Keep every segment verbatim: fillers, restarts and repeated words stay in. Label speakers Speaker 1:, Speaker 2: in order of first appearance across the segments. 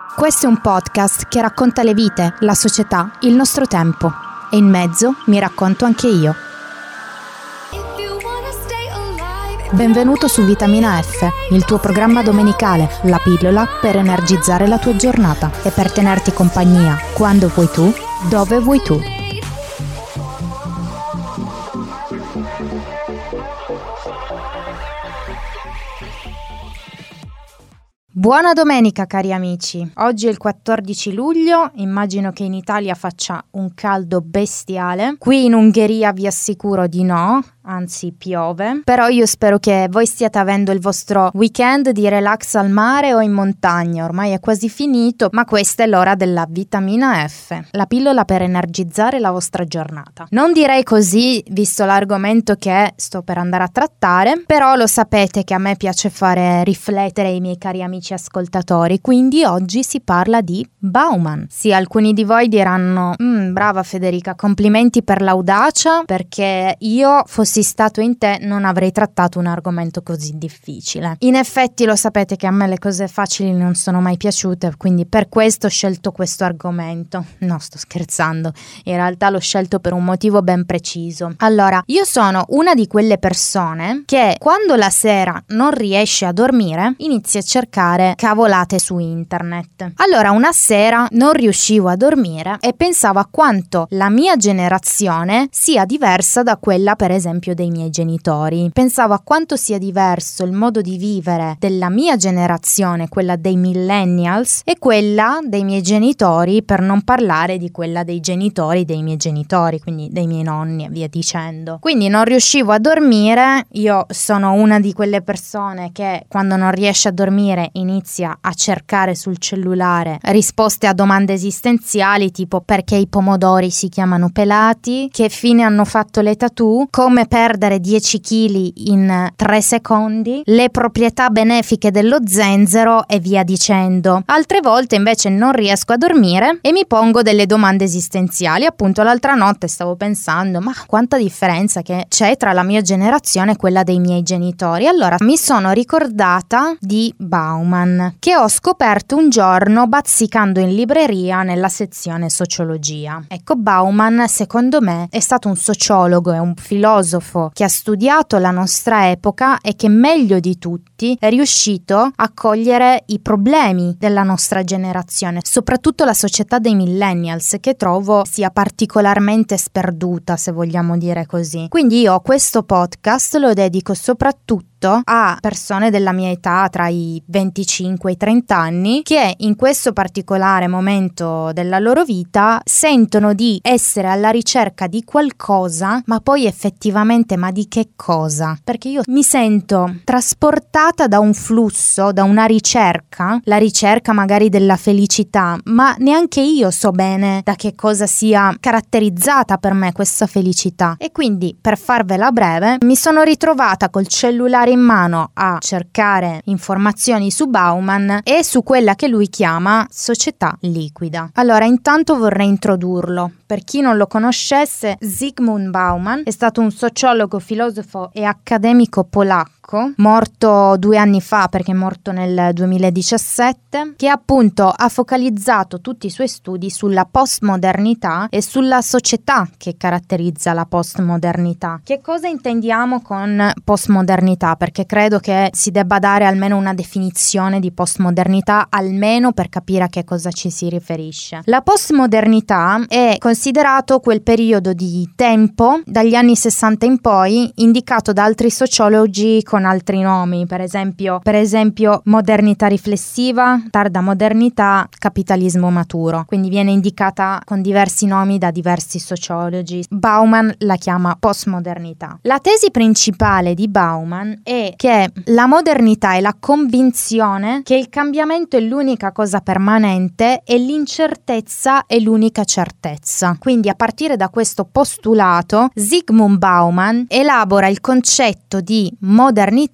Speaker 1: Questo è un podcast che racconta le vite, la società, il nostro tempo. E in mezzo mi racconto anche io. Benvenuto su Vitamina F, il tuo programma domenicale, la pillola per energizzare la tua giornata e per tenerti compagnia quando vuoi tu, dove vuoi tu. Buona domenica cari amici, oggi è il quattordici luglio, immagino che in Italia faccia un caldo bestiale, qui in Ungheria vi assicuro di no, anzi piove, però io spero che voi stiate avendo il vostro weekend di relax al mare o in montagna, ormai è quasi finito, ma questa è l'ora della Vitamina F, la pillola per energizzare la vostra giornata. Non direi così, visto l'argomento che sto per andare a trattare, però lo sapete che a me piace fare riflettere i miei cari amici ascoltatori, quindi oggi si parla di Bauman. Sì, alcuni di voi diranno mm, brava Federica, complimenti per l'audacia, perché io fossi stato in te non avrei trattato un argomento così difficile. In effetti lo sapete che a me le cose facili non sono mai piaciute, quindi per questo ho scelto questo argomento. No, sto scherzando, in realtà l'ho scelto per un motivo ben preciso. Allora, io sono una di quelle persone che quando la sera non riesce a dormire inizia a cercare cavolate su internet. Allora una sera non riuscivo a dormire e pensavo a quanto la mia generazione sia diversa da quella per esempio dei miei genitori. Pensavo a quanto sia diverso il modo di vivere della mia generazione, quella dei millennials, e quella dei miei genitori, per non parlare di quella dei genitori dei miei genitori, quindi dei miei nonni e via dicendo. Quindi non riuscivo a dormire, io sono una di quelle persone che quando non riesce a dormire inizia a cercare sul cellulare risposte a domande esistenziali tipo perché i pomodori si chiamano pelati, che fine hanno fatto le tattoo, come perdere dieci chili in tre secondi, le proprietà benefiche dello zenzero e via dicendo. Altre volte invece non riesco a dormire e mi pongo delle domande esistenziali. Appunto l'altra notte stavo pensando ma quanta differenza che c'è tra la mia generazione e quella dei miei genitori. Allora mi sono ricordata di Bauman, che ho scoperto un giorno bazzicando in libreria nella sezione sociologia. Ecco, Bauman secondo me è stato un sociologo e un filosofo che ha studiato la nostra epoca e che meglio di tutti è riuscito a cogliere i problemi della nostra generazione, soprattutto la società dei millennials, che trovo sia particolarmente sperduta, se vogliamo dire così. Quindi io questo podcast lo dedico soprattutto a persone della mia età, tra i venticinque e i trenta anni, che in questo particolare momento della loro vita sentono di essere alla ricerca di qualcosa, ma poi effettivamente ma di che cosa? Perché io mi sento trasportata da un flusso, da una ricerca, la ricerca magari della felicità, ma neanche io so bene da che cosa sia caratterizzata per me questa felicità. E quindi, per farvela breve, mi sono ritrovata col cellulare in mano a cercare informazioni su Bauman e su quella che lui chiama società liquida. Allora, intanto vorrei introdurlo. Per chi non lo conoscesse, Zygmunt Bauman è stato un sociologo, filosofo e accademico polacco, morto due anni fa perché è morto nel duemiladiciassette, che appunto ha focalizzato tutti i suoi studi sulla postmodernità e sulla società che caratterizza la postmodernità. Che cosa intendiamo con postmodernità? Perché credo che si debba dare almeno una definizione di postmodernità, almeno per capire a che cosa ci si riferisce. La postmodernità è considerato quel periodo di tempo dagli anni sessanta in poi indicato da altri sociologi con altri nomi, per esempio per esempio modernità riflessiva, tarda modernità, capitalismo maturo, quindi viene indicata con diversi nomi da diversi sociologi. Bauman la chiama postmodernità. La tesi principale di Bauman è che la modernità è la convinzione che il cambiamento è l'unica cosa permanente e l'incertezza è l'unica certezza. Quindi a partire da questo postulato Zygmunt Bauman elabora il concetto di modernità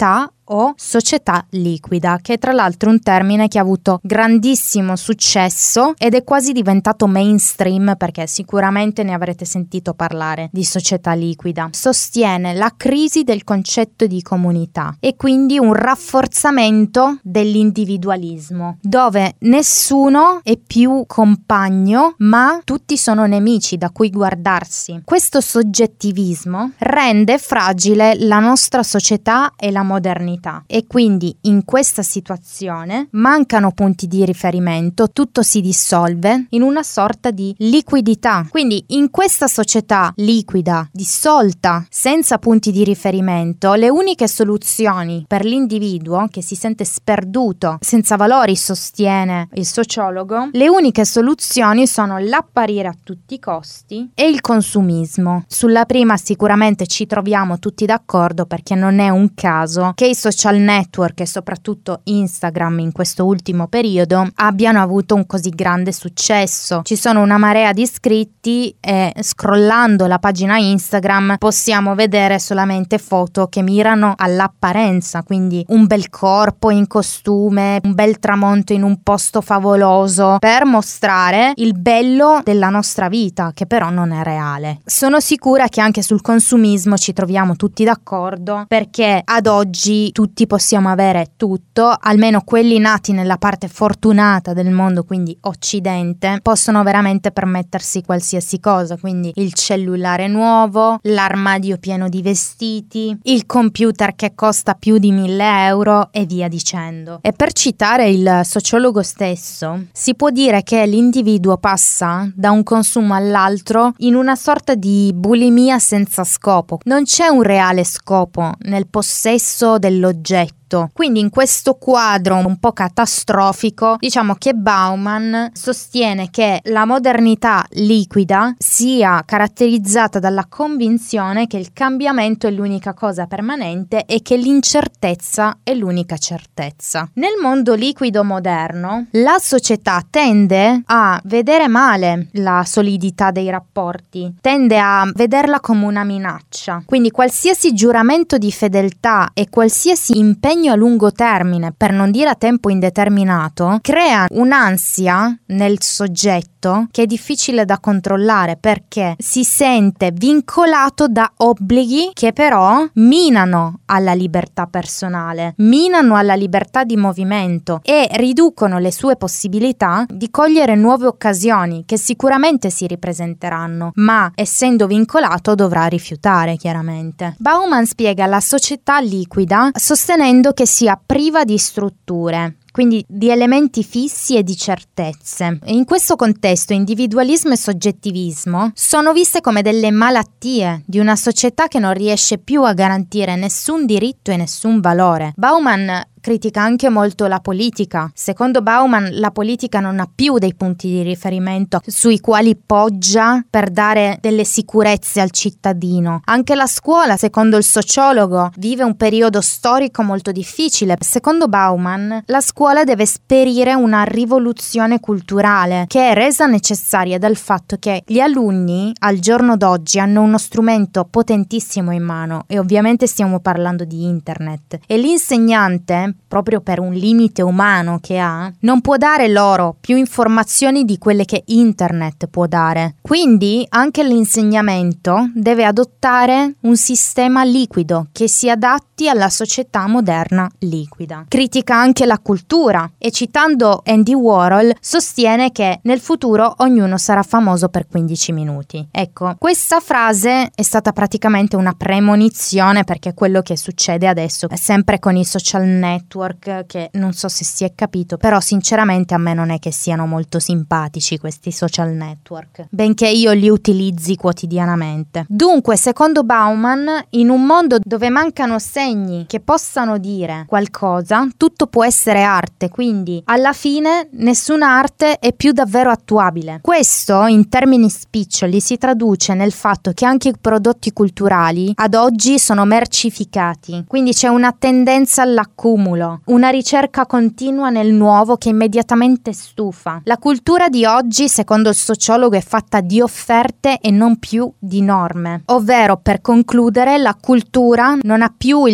Speaker 1: o società liquida, che è tra l'altro un termine che ha avuto grandissimo successo ed è quasi diventato mainstream, perché sicuramente ne avrete sentito parlare di società liquida. Sostiene la crisi del concetto di comunità e quindi un rafforzamento dell'individualismo, dove nessuno è più compagno ma tutti sono nemici da cui guardarsi. Questo soggettivismo rende fragile la nostra società e la modernità, e quindi in questa situazione mancano punti di riferimento, tutto si dissolve in una sorta di liquidità. Quindi in questa società liquida, dissolta, senza punti di riferimento, le uniche soluzioni per l'individuo che si sente sperduto, senza valori, sostiene il sociologo, le uniche soluzioni sono l'apparire a tutti i costi e il consumismo. Sulla prima sicuramente ci troviamo tutti d'accordo, perché non è un caso che i social network e soprattutto Instagram in questo ultimo periodo abbiano avuto un così grande successo. Ci sono una marea di iscritti e scrollando la pagina Instagram possiamo vedere solamente foto che mirano all'apparenza, quindi un bel corpo in costume, un bel tramonto in un posto favoloso, per mostrare il bello della nostra vita, che però non è reale. Sono sicura che anche sul consumismo ci troviamo tutti d'accordo, perché ad oggi tutti possiamo avere tutto, almeno quelli nati nella parte fortunata del mondo, quindi Occidente, possono veramente permettersi qualsiasi cosa, quindi il cellulare nuovo, l'armadio pieno di vestiti, il computer che costa più di mille euro e via dicendo. E per citare il sociologo stesso, si può dire che l'individuo passa da un consumo all'altro in una sorta di bulimia senza scopo. Non c'è un reale scopo nel possesso dell'oggetto. Quindi in questo quadro un po' catastrofico, diciamo che Bauman sostiene che la modernità liquida sia caratterizzata dalla convinzione che il cambiamento è l'unica cosa permanente e che l'incertezza è l'unica certezza. Nel mondo liquido moderno, la società tende a vedere male la solidità dei rapporti, tende a vederla come una minaccia. Quindi qualsiasi giuramento di fedeltà e qualsiasi impegno a lungo termine, per non dire a tempo indeterminato, crea un'ansia nel soggetto che è difficile da controllare, perché si sente vincolato da obblighi che però minano alla libertà personale, minano alla libertà di movimento e riducono le sue possibilità di cogliere nuove occasioni che sicuramente si ripresenteranno, ma essendo vincolato dovrà rifiutare chiaramente. Bauman spiega la società liquida sostenendo che sia priva di strutture, quindi di elementi fissi e di certezze. E in questo contesto individualismo e soggettivismo sono viste come delle malattie di una società che non riesce più a garantire nessun diritto e nessun valore. Bauman critica anche molto la politica. Secondo Bauman la politica non ha più dei punti di riferimento sui quali poggia per dare delle sicurezze al cittadino. Anche la scuola, secondo il sociologo, vive un periodo storico molto difficile. Secondo Bauman la scuola deve esperire una rivoluzione culturale che è resa necessaria dal fatto che gli alunni al giorno d'oggi hanno uno strumento potentissimo in mano, e ovviamente stiamo parlando di internet, e l'insegnante, proprio per un limite umano che ha, non può dare loro più informazioni di quelle che internet può dare. Quindi anche l'insegnamento deve adottare un sistema liquido che si adatti alla società moderna liquida. Critica anche la cultura e, citando Andy Warhol, sostiene che nel futuro ognuno sarà famoso per quindici minuti. Ecco, questa frase è stata praticamente una premonizione, perché quello che succede adesso è sempre con i social network, che non so se si è capito, però sinceramente a me non è che siano molto simpatici questi social network, benché io li utilizzi quotidianamente. Dunque, secondo Bauman, in un mondo dove mancano segni che possano dire qualcosa, tutto può essere arte, quindi alla fine nessuna arte è più davvero attuabile. Questo, in termini spiccioli, si traduce nel fatto che anche i prodotti culturali ad oggi sono mercificati, quindi c'è una tendenza all'accumulo, una ricerca continua nel nuovo che immediatamente stufa. La cultura di oggi, secondo il sociologo, è fatta di offerte e non più di norme. Ovvero, per concludere, la cultura non ha più il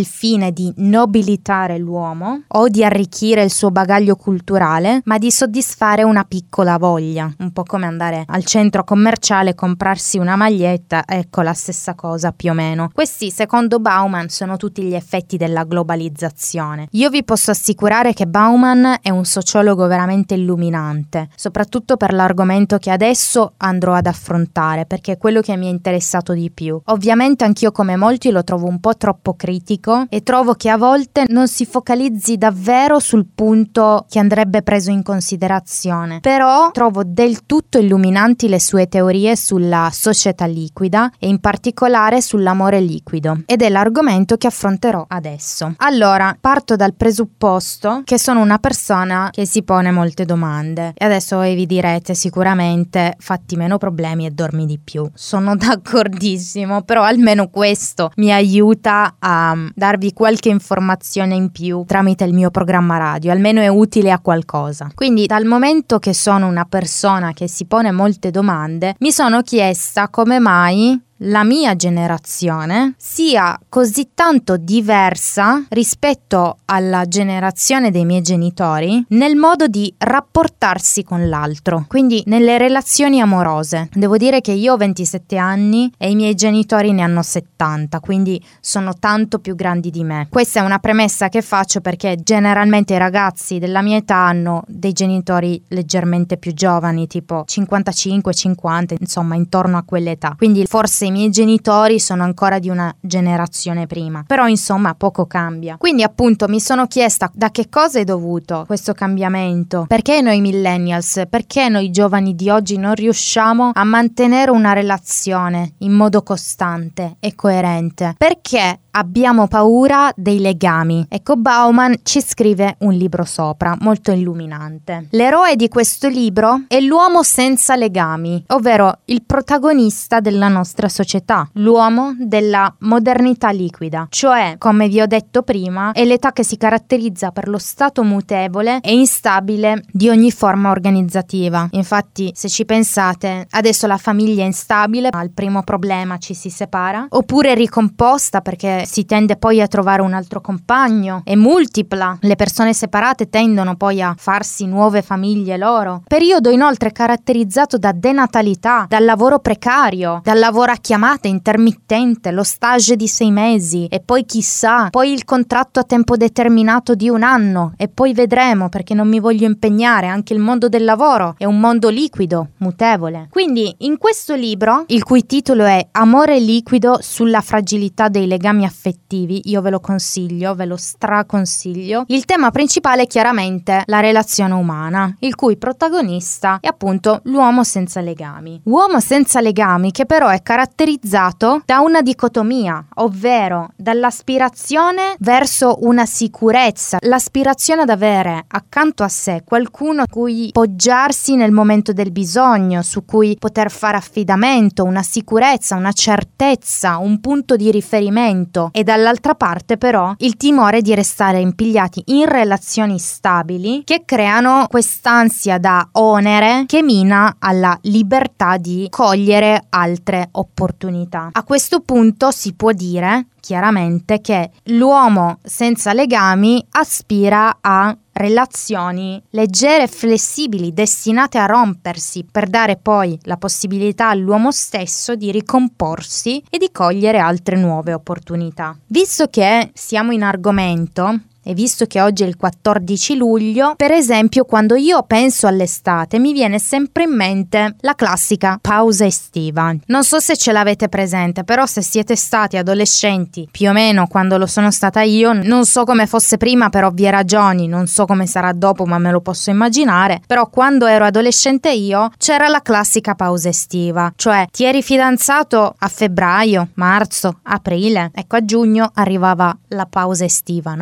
Speaker 1: il fine di nobilitare l'uomo o di arricchire il suo bagaglio culturale, ma di soddisfare una piccola voglia, un po' come andare al centro commerciale e comprarsi una maglietta, ecco la stessa cosa più o meno. Questi, secondo Bauman, sono tutti gli effetti della globalizzazione. Io vi posso assicurare che Bauman è un sociologo veramente illuminante, soprattutto per l'argomento che adesso andrò ad affrontare, perché è quello che mi è interessato di più. Ovviamente anch'io, come molti, lo trovo un po' troppo critico e trovo che a volte non si focalizzi davvero sul punto che andrebbe preso in considerazione, però trovo del tutto illuminanti le sue teorie sulla società liquida e in particolare sull'amore liquido, ed è l'argomento che affronterò adesso. Allora, parto dal presupposto che sono una persona che si pone molte domande e adesso voi vi direte sicuramente fatti meno problemi e dormi di più. Sono d'accordissimo, però almeno questo mi aiuta a darvi qualche informazione in più tramite il mio programma radio, almeno è utile a qualcosa. Quindi, dal momento che sono una persona che si pone molte domande, mi sono chiesta come mai la mia generazione sia così tanto diversa rispetto alla generazione dei miei genitori nel modo di rapportarsi con l'altro, quindi nelle relazioni amorose. Devo dire che io ho ventisette anni e i miei genitori ne hanno settanta, quindi sono tanto più grandi di me. Questa è una premessa che faccio perché generalmente i ragazzi della mia età hanno dei genitori leggermente più giovani, tipo cinquantacinque cinquanta, insomma intorno a quell'età, quindi forse i miei genitori sono ancora di una generazione prima, però insomma poco cambia. Quindi appunto mi sono chiesta da che cosa è dovuto questo cambiamento, perché noi millennials, perché noi giovani di oggi non riusciamo a mantenere una relazione in modo costante e coerente, perché abbiamo paura dei legami. Ecco, Bauman ci scrive un libro sopra, molto illuminante. L'eroe di questo libro è l'uomo senza legami, ovvero il protagonista della nostra società, l'uomo della modernità liquida, cioè, come vi ho detto prima, è l'età che si caratterizza per lo stato mutevole e instabile di ogni forma organizzativa. Infatti, se ci pensate, adesso la famiglia è instabile, al primo problema ci si separa, oppure ricomposta perché si tende poi a trovare un altro compagno, è multipla, le persone separate tendono poi a farsi nuove famiglie loro. Periodo inoltre caratterizzato da denatalità, dal lavoro precario, dal lavoro a chiamata intermittente, lo stage di sei mesi e poi chissà, poi il contratto a tempo determinato di un anno e poi vedremo perché non mi voglio impegnare. Anche il mondo del lavoro è un mondo liquido, mutevole. Quindi in questo libro, il cui titolo è Amore liquido sulla fragilità dei legami affettivi, io ve lo consiglio, ve lo straconsiglio. Il tema principale è chiaramente la relazione umana, il cui protagonista è appunto l'uomo senza legami. Uomo senza legami che però è caratterizzato da una dicotomia, ovvero dall'aspirazione verso una sicurezza, l'aspirazione ad avere accanto a sé qualcuno a cui poggiarsi nel momento del bisogno, su cui poter fare affidamento, una sicurezza, una certezza, un punto di riferimento, e dall'altra parte però il timore di restare impigliati in relazioni stabili che creano quest'ansia da onere che mina alla libertà di cogliere altre opportunità. A questo punto si può dire chiaramente che l'uomo senza legami aspira a relazioni leggere e flessibili, destinate a rompersi, per dare poi la possibilità all'uomo stesso di ricomporsi e di cogliere altre nuove opportunità. Visto che siamo in argomento, e visto che oggi è il quattordici luglio, per esempio, quando io penso all'estate mi viene sempre in mente la classica pausa estiva. Non so se ce l'avete presente, però se siete stati adolescenti, più o meno quando lo sono stata io, non so come fosse prima per ovvie ragioni, non so come sarà dopo, ma me lo posso immaginare, però quando ero adolescente io c'era la classica pausa estiva, cioè ti eri fidanzato a febbraio, marzo, aprile, ecco a giugno arrivava la pausa estiva, no? Ovvero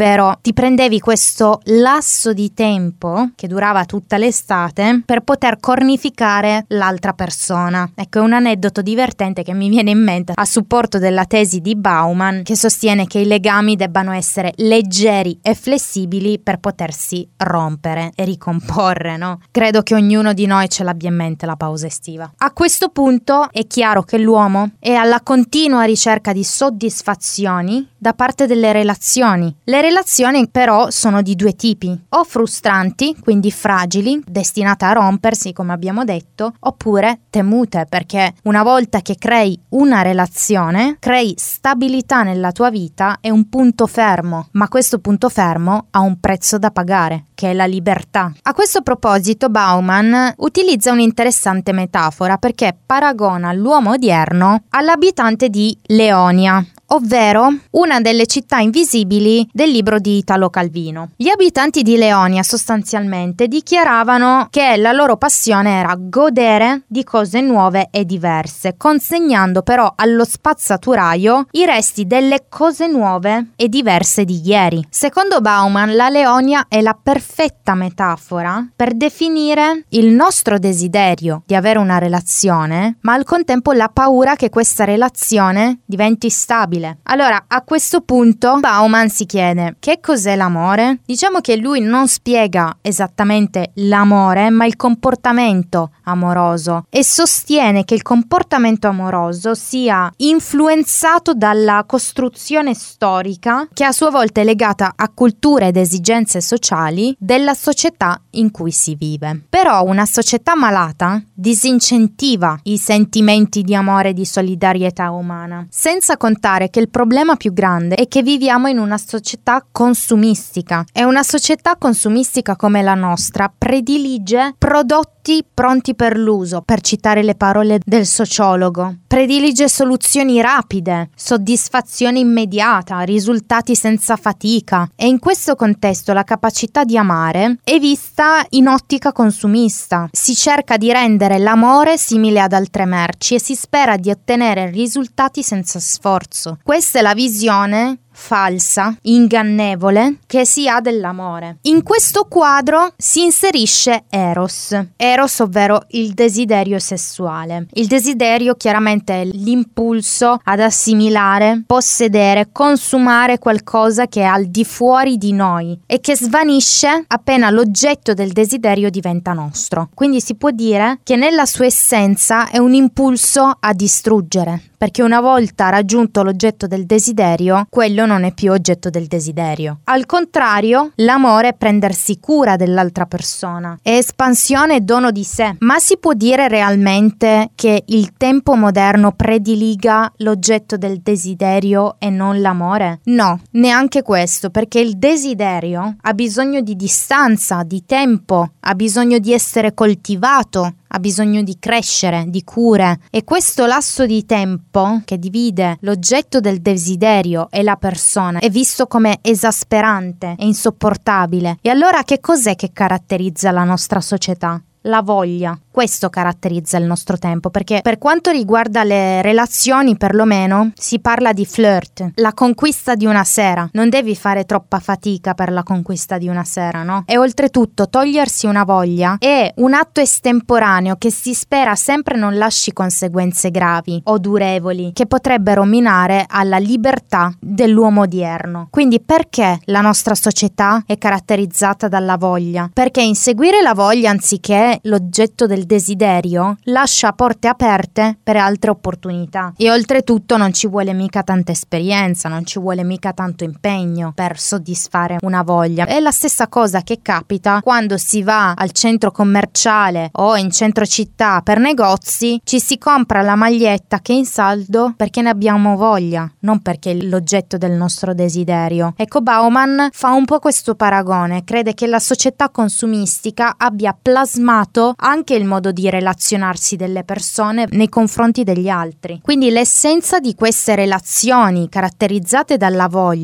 Speaker 1: ovvero ti prendevi questo lasso di tempo che durava tutta l'estate per poter cornificare l'altra persona. Ecco, è un aneddoto divertente che mi viene in mente a supporto della tesi di Bauman, che sostiene che i legami debbano essere leggeri e flessibili per potersi rompere e ricomporre, no? Credo che ognuno di noi ce l'abbia in mente la pausa estiva. A questo punto è chiaro che l'uomo è alla continua ricerca di soddisfazioni da parte delle relazioni. Le relazioni però sono di due tipi: o frustranti, quindi fragili, destinate a rompersi come abbiamo detto, oppure temute, perché una volta che crei una relazione crei stabilità nella tua vita e un punto fermo, ma questo punto fermo ha un prezzo da pagare, che è la libertà. A questo proposito Bauman utilizza un'interessante metafora, perché paragona l'uomo odierno all'abitante di Leonia, ovvero una delle città invisibili del libro di Italo Calvino. Gli abitanti di Leonia sostanzialmente dichiaravano che la loro passione era godere di cose nuove e diverse, consegnando però allo spazzaturaio i resti delle cose nuove e diverse di ieri. Secondo Bauman, la Leonia è la perfetta metafora per definire il nostro desiderio di avere una relazione, ma al contempo la paura che questa relazione diventi stabile. Allora, a questo punto Bauman si chiede: che cos'è l'amore? Diciamo che lui non spiega esattamente l'amore, ma il comportamento amoroso, e sostiene che il comportamento amoroso sia influenzato dalla costruzione storica, che a sua volta è legata a culture ed esigenze sociali della società in cui si vive. Però una società malata disincentiva i sentimenti di amore e di solidarietà umana, senza contare che il problema più grande è che viviamo in una società consumistica, e una società consumistica come la nostra predilige prodotti pronti per l'uso, per citare le parole del sociologo. Predilige soluzioni rapide, soddisfazione immediata, risultati senza fatica, e in questo contesto la capacità di amare è vista in ottica consumista. Si cerca di rendere l'amore simile ad altre merci e si spera di ottenere risultati senza sforzo. Questa è la visione falsa, ingannevole, che si ha dell'amore. In questo quadro si inserisce Eros. Eros, ovvero il desiderio sessuale. Il desiderio chiaramente è l'impulso ad assimilare, possedere, consumare qualcosa che è al di fuori di noi e che svanisce appena l'oggetto del desiderio diventa nostro. Quindi si può dire che nella sua essenza è un impulso a distruggere, perché una volta raggiunto l'oggetto del desiderio, quello non è più oggetto del desiderio. Al contrario, l'amore è prendersi cura dell'altra persona, è espansione e dono di sé. Ma si può dire realmente che il tempo moderno prediliga l'oggetto del desiderio e non l'amore? No, neanche questo, perché il desiderio ha bisogno di distanza, di tempo, ha bisogno di essere coltivato, ha bisogno di crescere, di cure, e questo lasso di tempo che divide l'oggetto del desiderio e la persona è visto come esasperante e insopportabile. E allora che cos'è che caratterizza la nostra società? La voglia. Questo caratterizza il nostro tempo, perché per quanto riguarda le relazioni, perlomeno, si parla di flirt, la conquista di una sera. Non devi fare troppa fatica per la conquista di una sera, no? E oltretutto togliersi una voglia è un atto estemporaneo che si spera sempre non lasci conseguenze gravi o durevoli che potrebbero minare alla libertà dell'uomo odierno. Quindi perché la nostra società è caratterizzata dalla voglia? Perché inseguire la voglia anziché l'oggetto del desiderio lascia porte aperte per altre opportunità, e oltretutto non ci vuole mica tanta esperienza, non ci vuole mica tanto impegno per soddisfare una voglia. È la stessa cosa che capita quando si va al centro commerciale o in centro città per negozi, ci si compra la maglietta che è in saldo perché ne abbiamo voglia, non perché è l'oggetto del nostro desiderio. Ecco, Bauman fa un po' questo paragone, crede che la società consumistica abbia plasmato anche il modo di relazionarsi delle persone nei confronti degli altri. Quindi l'essenza di queste relazioni caratterizzate dalla voglia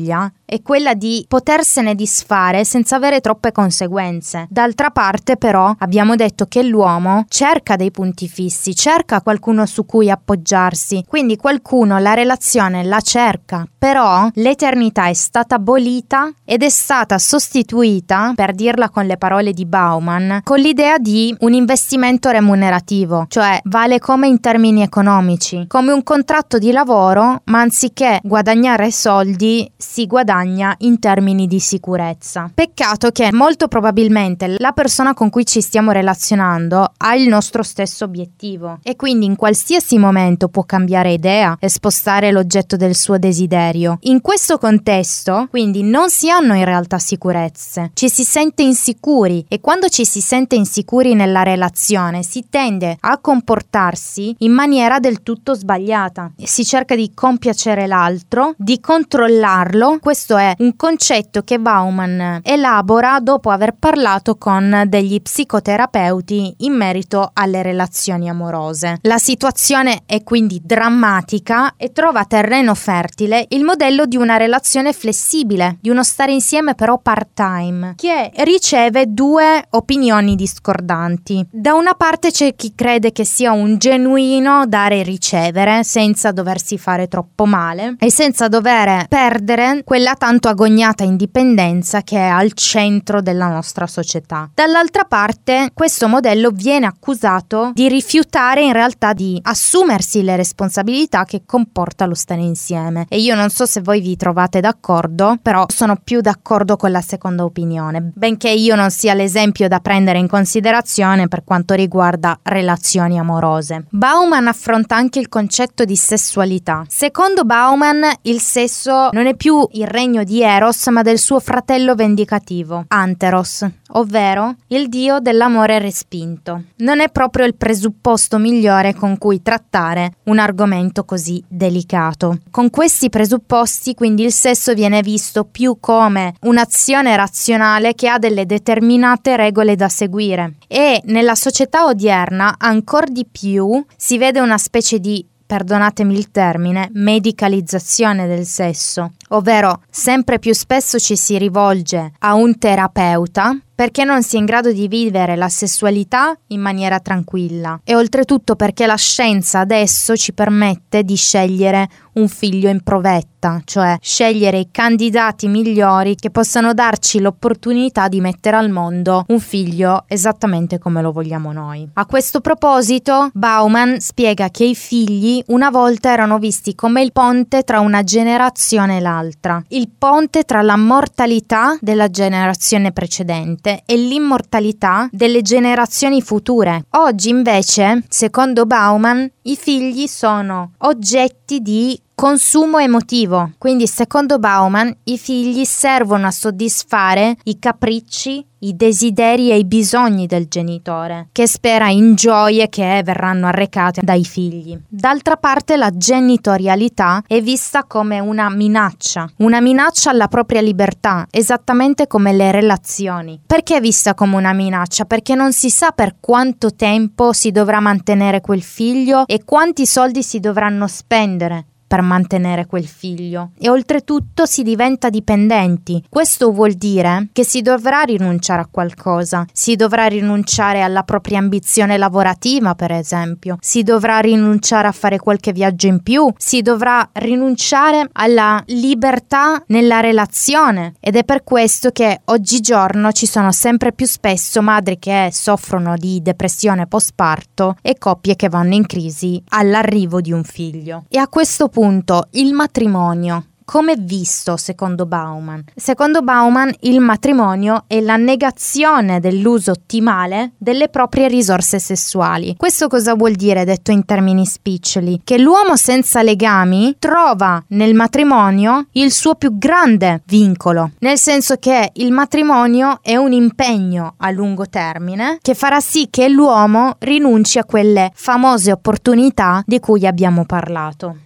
Speaker 1: è quella di potersene disfare senza avere troppe conseguenze. D'altra parte però abbiamo detto che l'uomo cerca dei punti fissi, cerca qualcuno su cui appoggiarsi, quindi qualcuno la relazione la cerca, però l'eternità è stata abolita ed è stata sostituita, per dirla con le parole di Bauman, con l'idea di un investimento remunerativo, cioè vale come in termini economici, come un contratto di lavoro, ma anziché guadagnare soldi si guadagna in termini di sicurezza. Peccato che molto probabilmente la persona con cui ci stiamo relazionando ha il nostro stesso obiettivo e quindi in qualsiasi momento può cambiare idea e spostare l'oggetto del suo desiderio. In questo contesto, quindi, non si hanno in realtà sicurezze, ci si sente insicuri e quando ci si sente insicuri nella relazione si tende a comportarsi in maniera del tutto sbagliata. Si cerca di compiacere l'altro, di controllarlo. Questo è un concetto che Bauman elabora dopo aver parlato con degli psicoterapeuti in merito alle relazioni amorose. La situazione è quindi drammatica e trova terreno fertile il modello di una relazione flessibile, di uno stare insieme però part-time, che riceve due opinioni discordanti. Da una parte c'è chi crede che sia un genuino dare e ricevere senza doversi fare troppo male e senza dover perdere quella tanto agognata indipendenza che è al centro della nostra società. Dall'altra parte, questo modello viene accusato di rifiutare in realtà di assumersi le responsabilità che comporta lo stare insieme. E io non so se voi vi trovate d'accordo, però sono più d'accordo con la seconda opinione, benché io non sia l'esempio da prendere in considerazione per quanto riguarda relazioni amorose. Bauman affronta anche il concetto di sessualità. Secondo Bauman, il sesso non è più il regno di Eros, ma del suo fratello vendicativo, Anteros, ovvero il dio dell'amore respinto. Non è proprio il presupposto migliore con cui trattare un argomento così delicato. Con questi presupposti, quindi, il sesso viene visto più come un'azione razionale che ha delle determinate regole da seguire e nella società odierna ancor di più si vede una specie di, perdonatemi il termine, medicalizzazione del sesso, ovvero sempre più spesso ci si rivolge a un terapeuta perché non si è in grado di vivere la sessualità in maniera tranquilla e oltretutto perché la scienza adesso ci permette di scegliere un figlio in provetta, cioè scegliere i candidati migliori che possano darci l'opportunità di mettere al mondo un figlio esattamente come lo vogliamo noi. A questo proposito, Bauman spiega che i figli una volta erano visti come il ponte tra una generazione e l'altra, il ponte tra la mortalità della generazione precedente e l'immortalità delle generazioni future. Oggi invece, secondo Bauman, i figli sono oggetti di consumo emotivo, quindi secondo Bauman i figli servono a soddisfare i capricci, i desideri e i bisogni del genitore, che spera in gioie che verranno arrecate dai figli. D'altra parte la genitorialità è vista come una minaccia, una minaccia alla propria libertà, esattamente come le relazioni. Perché è vista come una minaccia? Perché non si sa per quanto tempo si dovrà mantenere quel figlio e quanti soldi si dovranno spendere per mantenere quel figlio e oltretutto si diventa dipendenti. Questo vuol dire che si dovrà rinunciare a qualcosa, si dovrà rinunciare alla propria ambizione lavorativa, per esempio, si dovrà rinunciare a fare qualche viaggio in più, si dovrà rinunciare alla libertà nella relazione ed è per questo che oggigiorno ci sono sempre più spesso madri che soffrono di depressione postparto e coppie che vanno in crisi all'arrivo di un figlio. E a questo punto il matrimonio come è visto secondo Bauman? Secondo Bauman il matrimonio è la negazione dell'uso ottimale delle proprie risorse sessuali. Questo cosa vuol dire, detto in termini spiccioli? Che l'uomo senza legami trova nel matrimonio il suo più grande vincolo, nel senso che il matrimonio è un impegno a lungo termine che farà sì che l'uomo rinunci a quelle famose opportunità di cui abbiamo parlato.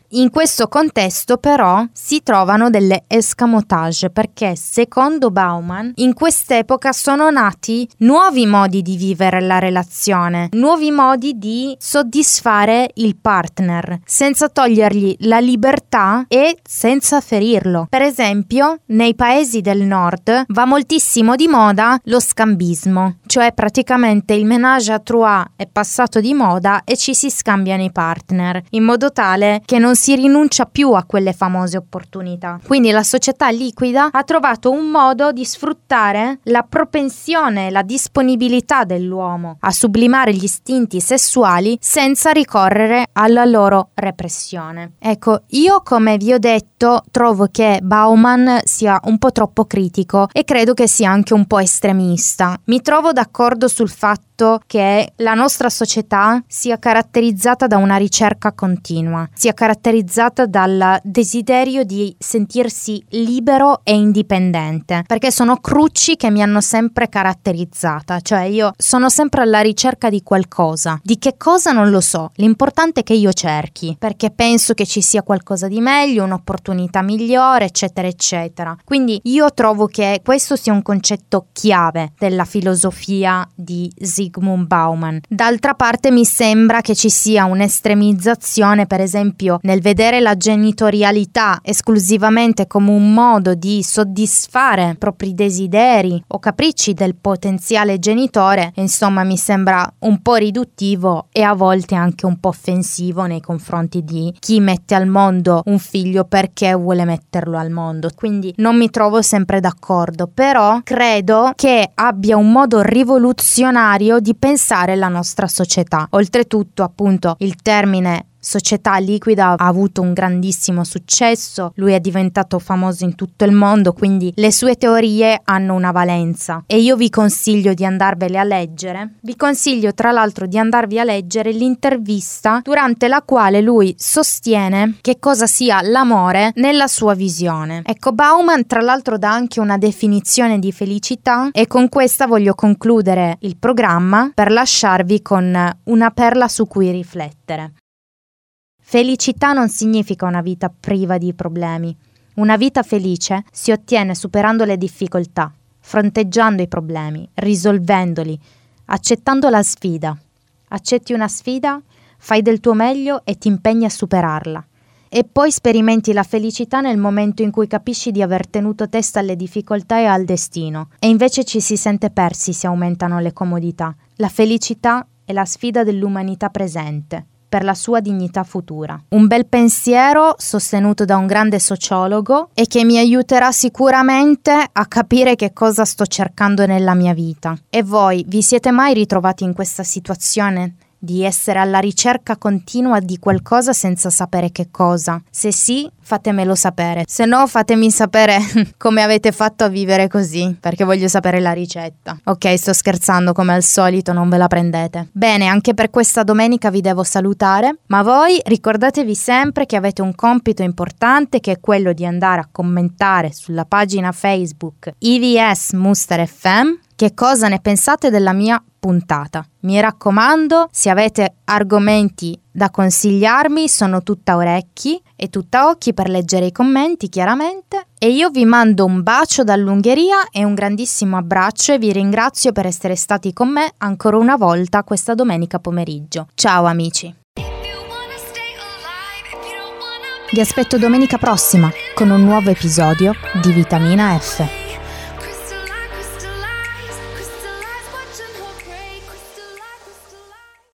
Speaker 1: In questo contesto però si trovano delle escamotage, perché secondo Bauman in quest'epoca sono nati nuovi modi di vivere la relazione, nuovi modi di soddisfare il partner senza togliergli la libertà e senza ferirlo. Per esempio, nei paesi del nord va moltissimo di moda lo scambismo, cioè praticamente il ménage à trois è passato di moda e ci si scambiano i partner, in modo tale che non si rinuncia più a quelle famose opportunità. Quindi la società liquida ha trovato un modo di sfruttare la propensione, la disponibilità dell'uomo a sublimare gli istinti sessuali senza ricorrere alla loro repressione. Ecco, io come vi ho detto trovo che Bauman sia un po' troppo critico e credo che sia anche un po' estremista. Mi trovo d'accordo sul fatto che la nostra società sia caratterizzata da una ricerca continua, sia caratterizzata dal desiderio di sentirsi libero e indipendente, perché sono cruci che mi hanno sempre caratterizzata, cioè io sono sempre alla ricerca di qualcosa, di che cosa non lo so, l'importante è che io cerchi, perché penso che ci sia qualcosa di meglio, un'opportunità migliore, eccetera eccetera. Quindi io trovo che questo sia un concetto chiave della filosofia di Zygmunt Bauman. D'altra parte mi sembra che ci sia un'estremizzazione, per esempio, nel vedere la genitorialità esclusivamente come un modo di soddisfare i propri desideri o capricci del potenziale genitore. Insomma, mi sembra un po' riduttivo e a volte anche un po' offensivo nei confronti di chi mette al mondo un figlio perché vuole metterlo al mondo. Quindi non mi trovo sempre d'accordo, però credo che abbia un modo rivoluzionario di pensare la nostra società. Oltretutto, appunto, il termine società liquida ha avuto un grandissimo successo, lui è diventato famoso in tutto il mondo, quindi le sue teorie hanno una valenza e io vi consiglio di andarvele a leggere. Vi consiglio tra l'altro di andarvi a leggere l'intervista durante la quale lui sostiene che cosa sia l'amore nella sua visione. Ecco, Bauman tra l'altro dà anche una definizione di felicità e con questa voglio concludere il programma per lasciarvi con una perla su cui riflettere. Felicità non significa una vita priva di problemi. Una vita felice si ottiene superando le difficoltà, fronteggiando i problemi, risolvendoli, accettando la sfida. Accetti una sfida, fai del tuo meglio e ti impegni a superarla. E poi sperimenti la felicità nel momento in cui capisci di aver tenuto testa alle difficoltà e al destino. E invece ci si sente persi se aumentano le comodità. La felicità è la sfida dell'umanità presente per la sua dignità futura. Un bel pensiero sostenuto da un grande sociologo e che mi aiuterà sicuramente a capire che cosa sto cercando nella mia vita. E voi vi siete mai ritrovati in questa situazione? Di essere alla ricerca continua di qualcosa senza sapere che cosa? Se sì, fatemelo sapere. Se no, fatemi sapere come avete fatto a vivere così, perché voglio sapere la ricetta. Ok, sto scherzando come al solito, non ve la prendete. Bene, anche per questa domenica vi devo salutare, ma voi ricordatevi sempre che avete un compito importante, che è quello di andare a commentare sulla pagina Facebook I V S Muster F M che cosa ne pensate della mia puntata. Mi raccomando, se avete argomenti da consigliarmi, sono tutta orecchi e tutta occhi per leggere i commenti, chiaramente. E io vi mando un bacio dall'Ungheria e un grandissimo abbraccio e vi ringrazio per essere stati con me ancora una volta questa domenica pomeriggio. Ciao amici! Vi aspetto domenica prossima con un nuovo episodio di Vitamina F.